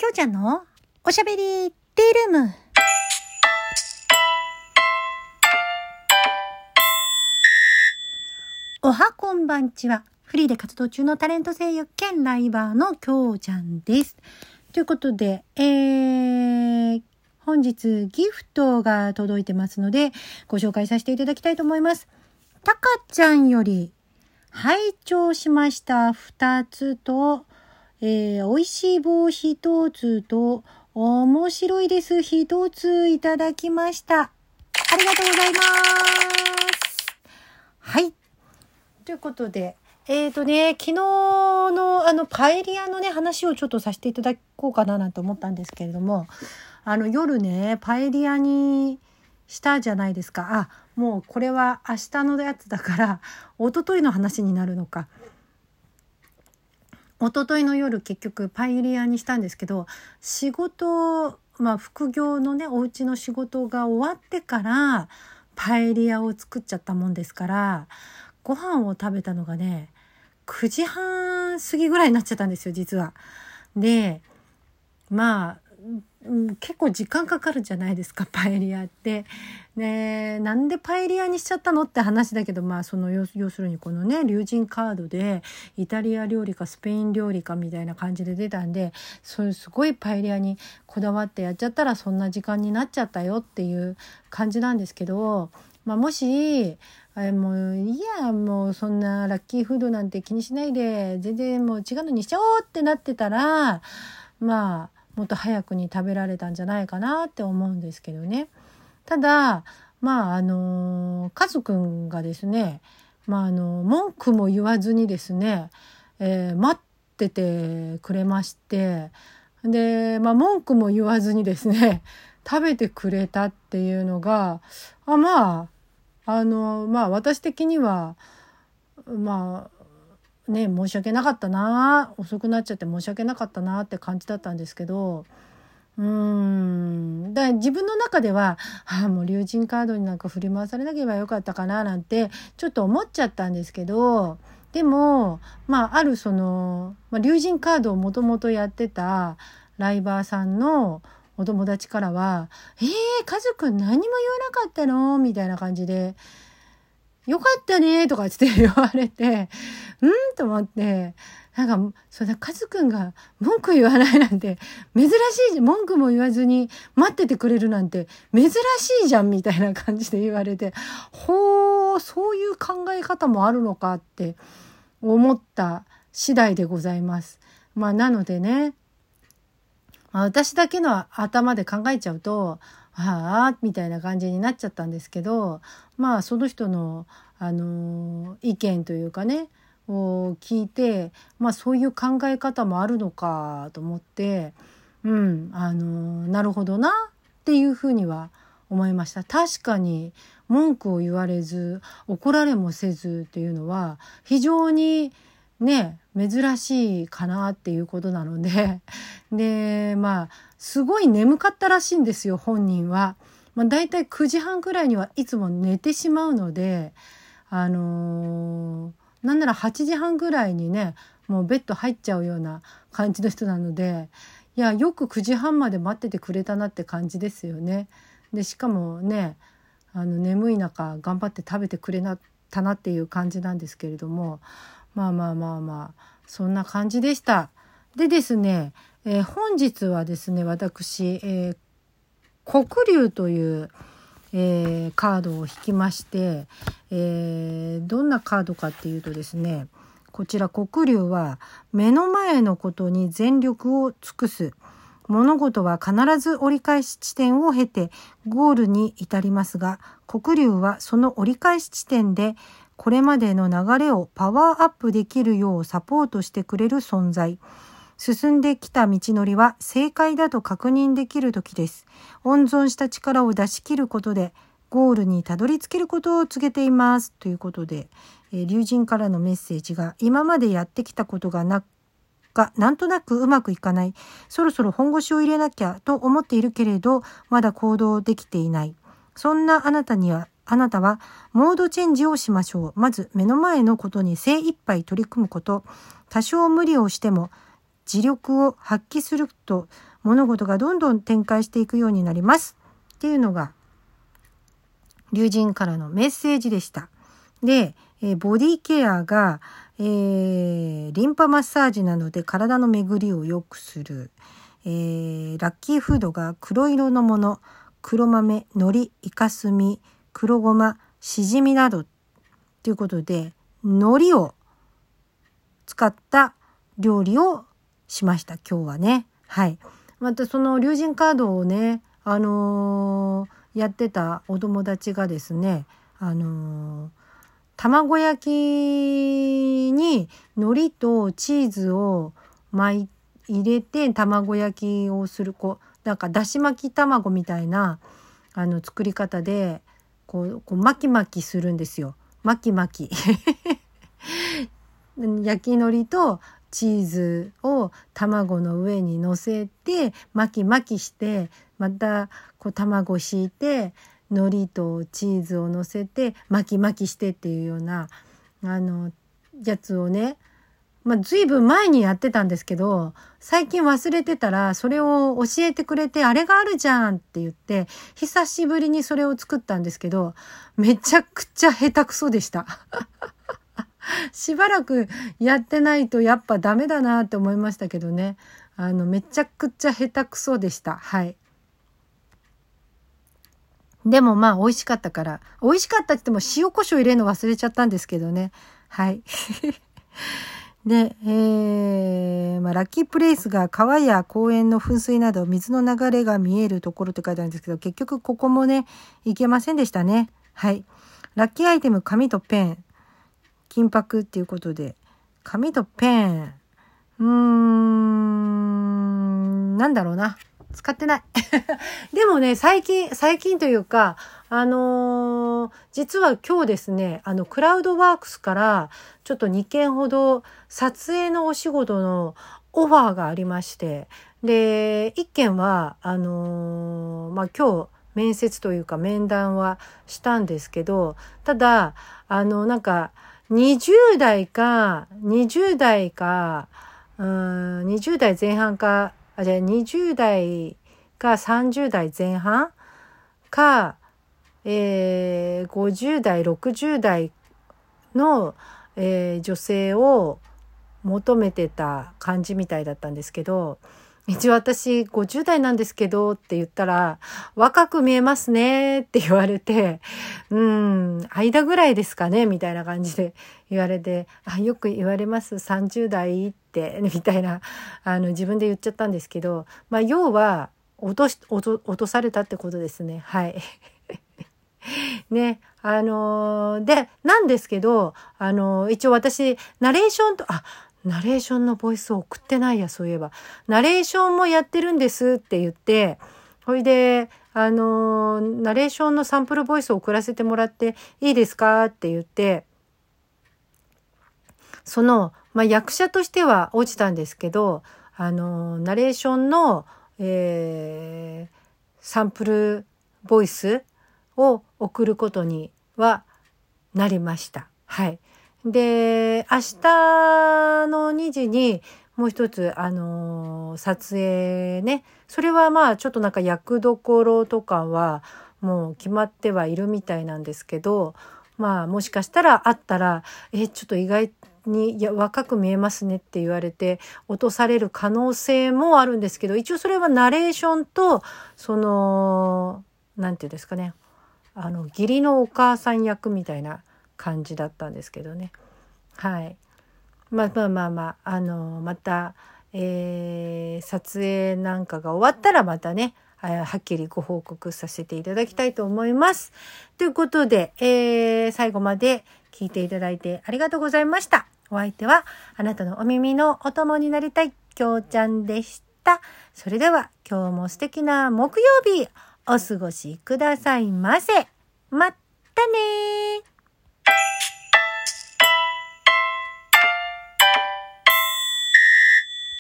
きょうちゃんのおしゃべりティールーム。おはこんばんちは。フリーで活動中のタレント声優兼ライバーのきょうちゃんです。ということで、本日ギフトが届いてますのでご紹介させていただきたいと思います。たかちゃんより拝聴しました2つと、美味しい棒1つと面白いです1ついただきました。ありがとうございます。はい。ということで、昨日のパエリアのね話をちょっとさせていただこうかななんて思ったんですけれども、夜ねパエリアにしたじゃないですか。もうこれは明日のやつだから一昨日の話になるのか。一昨日の夜結局パエリアにしたんですけど、仕事副業のねお家の仕事が終わってからパエリアを作っちゃったもんですから、ご飯を食べたのがね9時半過ぎぐらいになっちゃったんですよ実は。で結構時間かかるじゃないですかパエリアって。ね、なんでパエリアにしちゃったのって話だけど、その要するにこのね龍神カードでイタリア料理かスペイン料理かみたいな感じで出たんで、そういうすごいパエリアにこだわってやっちゃったらそんな時間になっちゃったよっていう感じなんですけど、もしもういいや、もうそんなラッキーフードなんて気にしないで全然もう違うのにしちゃおうってなってたら、もっと早くに食べられたんじゃないかなって思うんですけどね。ただカズくんがですね、文句も言わずにですね、待っててくれまして、で文句も言わずにですね食べてくれたっていうのが私的には申し訳なかったな、遅くなっちゃって申し訳なかったなって感じだったんですけど、自分の中ではもう龍神カードになんか振り回されなければよかったかななんてちょっと思っちゃったんですけど、でもあるその、龍神カードをもともとやってたライバーさんのお友達からはカズくん何も言わなかったのみたいな感じで、よかったねとかって言われてと思って、そんなカズくんが文句言わないなんて珍しいじゃん、文句も言わずに待っててくれるなんて珍しいじゃんみたいな感じで言われて、そういう考え方もあるのかって思った次第でございます。なのでね、私だけの頭で考えちゃうとみたいな感じになっちゃったんですけど、その人の意見というかねを聞いて、そういう考え方もあるのかと思って、なるほどなっていうふうには思いました。確かに文句を言われず怒られもせずっていうのは非常にね珍しいかなっていうことなのですごい眠かったらしいんですよ本人は。だいたい9時半くらいにはいつも寝てしまうので、なんなら8時半ぐらいにねもうベッド入っちゃうような感じの人なので、よく9時半まで待っててくれたなって感じですよね。でしかもね眠い中頑張って食べてくれたなっていう感じなんですけれども、そんな感じでした。でですね、本日はですね私、黒龍という、カードを引きまして、どんなカードかっていうとですね、こちら黒龍は目の前のことに全力を尽くす、物事は必ず折り返し地点を経てゴールに至りますが、黒龍はその折り返し地点でこれまでの流れをパワーアップできるようサポートしてくれる存在。進んできた道のりは正解だと確認できる時です。温存した力を出し切ることでゴールにたどり着けることを告げていますということで、龍神からのメッセージが、今までやってきたことがなんとなくうまくいかない、そろそろ本腰を入れなきゃと思っているけれどまだ行動できていない、そんなあなたはモードチェンジをしましょう。まず目の前のことに精一杯取り組むこと、多少無理をしても自力を発揮すると物事がどんどん展開していくようになりますっていうのが龍神からのメッセージでした。で、ボディケアが、リンパマッサージなので体の巡りを良くする。ラッキーフードが黒色のもの、黒豆、海苔、イカスミ、黒ごま、しじみなどということで、海苔を使った料理をしました、今日はね。はい。またその龍神カードをね、やってたお友達がですね、卵焼きに海苔とチーズを入れて卵焼きをする、なんかだし巻き卵みたいな作り方でこう巻き巻きするんですよ。巻き巻き焼き海苔とチーズを卵の上に乗せて巻き巻きして、また卵を敷いて海苔とチーズを乗せて巻き巻きしてっていうようなやつをね、ずいぶん前にやってたんですけど、最近忘れてたらそれを教えてくれて、あれがあるじゃんって言って久しぶりにそれを作ったんですけど、めちゃくちゃ下手くそでしたしばらくやってないとやっぱダメだなって思いましたけどね。めちゃくちゃ下手くそでした。はい。でも美味しかったから、美味しかったって言っても塩コショウ入れるの忘れちゃったんですけどね。はい。で、ラッキープレイスが川や公園の噴水など水の流れが見えるところって書いてあるんですけど、結局ここもね、行けませんでしたね。はい。ラッキーアイテム、紙とペン。金箔っていうことで、紙とペン。なんだろうな。使ってない。でもね、最近というか、実は今日ですね、クラウドワークスからちょっと2件ほど撮影のお仕事のオファーがありまして、で、1件は、今日面接というか面談はしたんですけど、ただ、なんか、20代か20代前半か、20代か30代前半か、50代、60代の、女性を求めてた感じみたいだったんですけど、一応私50代なんですけどって言ったら、若く見えますねって言われて、間ぐらいですかねみたいな感じで言われて、よく言われます30代ってみたいな自分で言っちゃったんですけど、要は落とされたってことですね。はいね、でなんですけど一応私ナレーションのボイスを送ってないや、そういえば。ナレーションもやってるんですって言って、それで、ナレーションのサンプルボイスを送らせてもらっていいですかって言って、役者としては落ちたんですけど、ナレーションの、サンプルボイスを送ることにはなりました。はい。で、明日の2時にもう一つ、撮影ね。それはちょっとなんか役どころとかはもう決まってはいるみたいなんですけど、もしかしたらあったら、ちょっと意外に若く見えますねって言われて落とされる可能性もあるんですけど、一応それはナレーションと、なんていうんですかね。義理のお母さん役みたいな感じだったんですけどね。はい。また、撮影なんかが終わったらまたね、はっきりご報告させていただきたいと思います。ということで、最後まで聞いていただいてありがとうございました。お相手はあなたのお耳のお供になりたいきょうちゃんでした。それでは今日も素敵な木曜日お過ごしくださいませ。まったねー。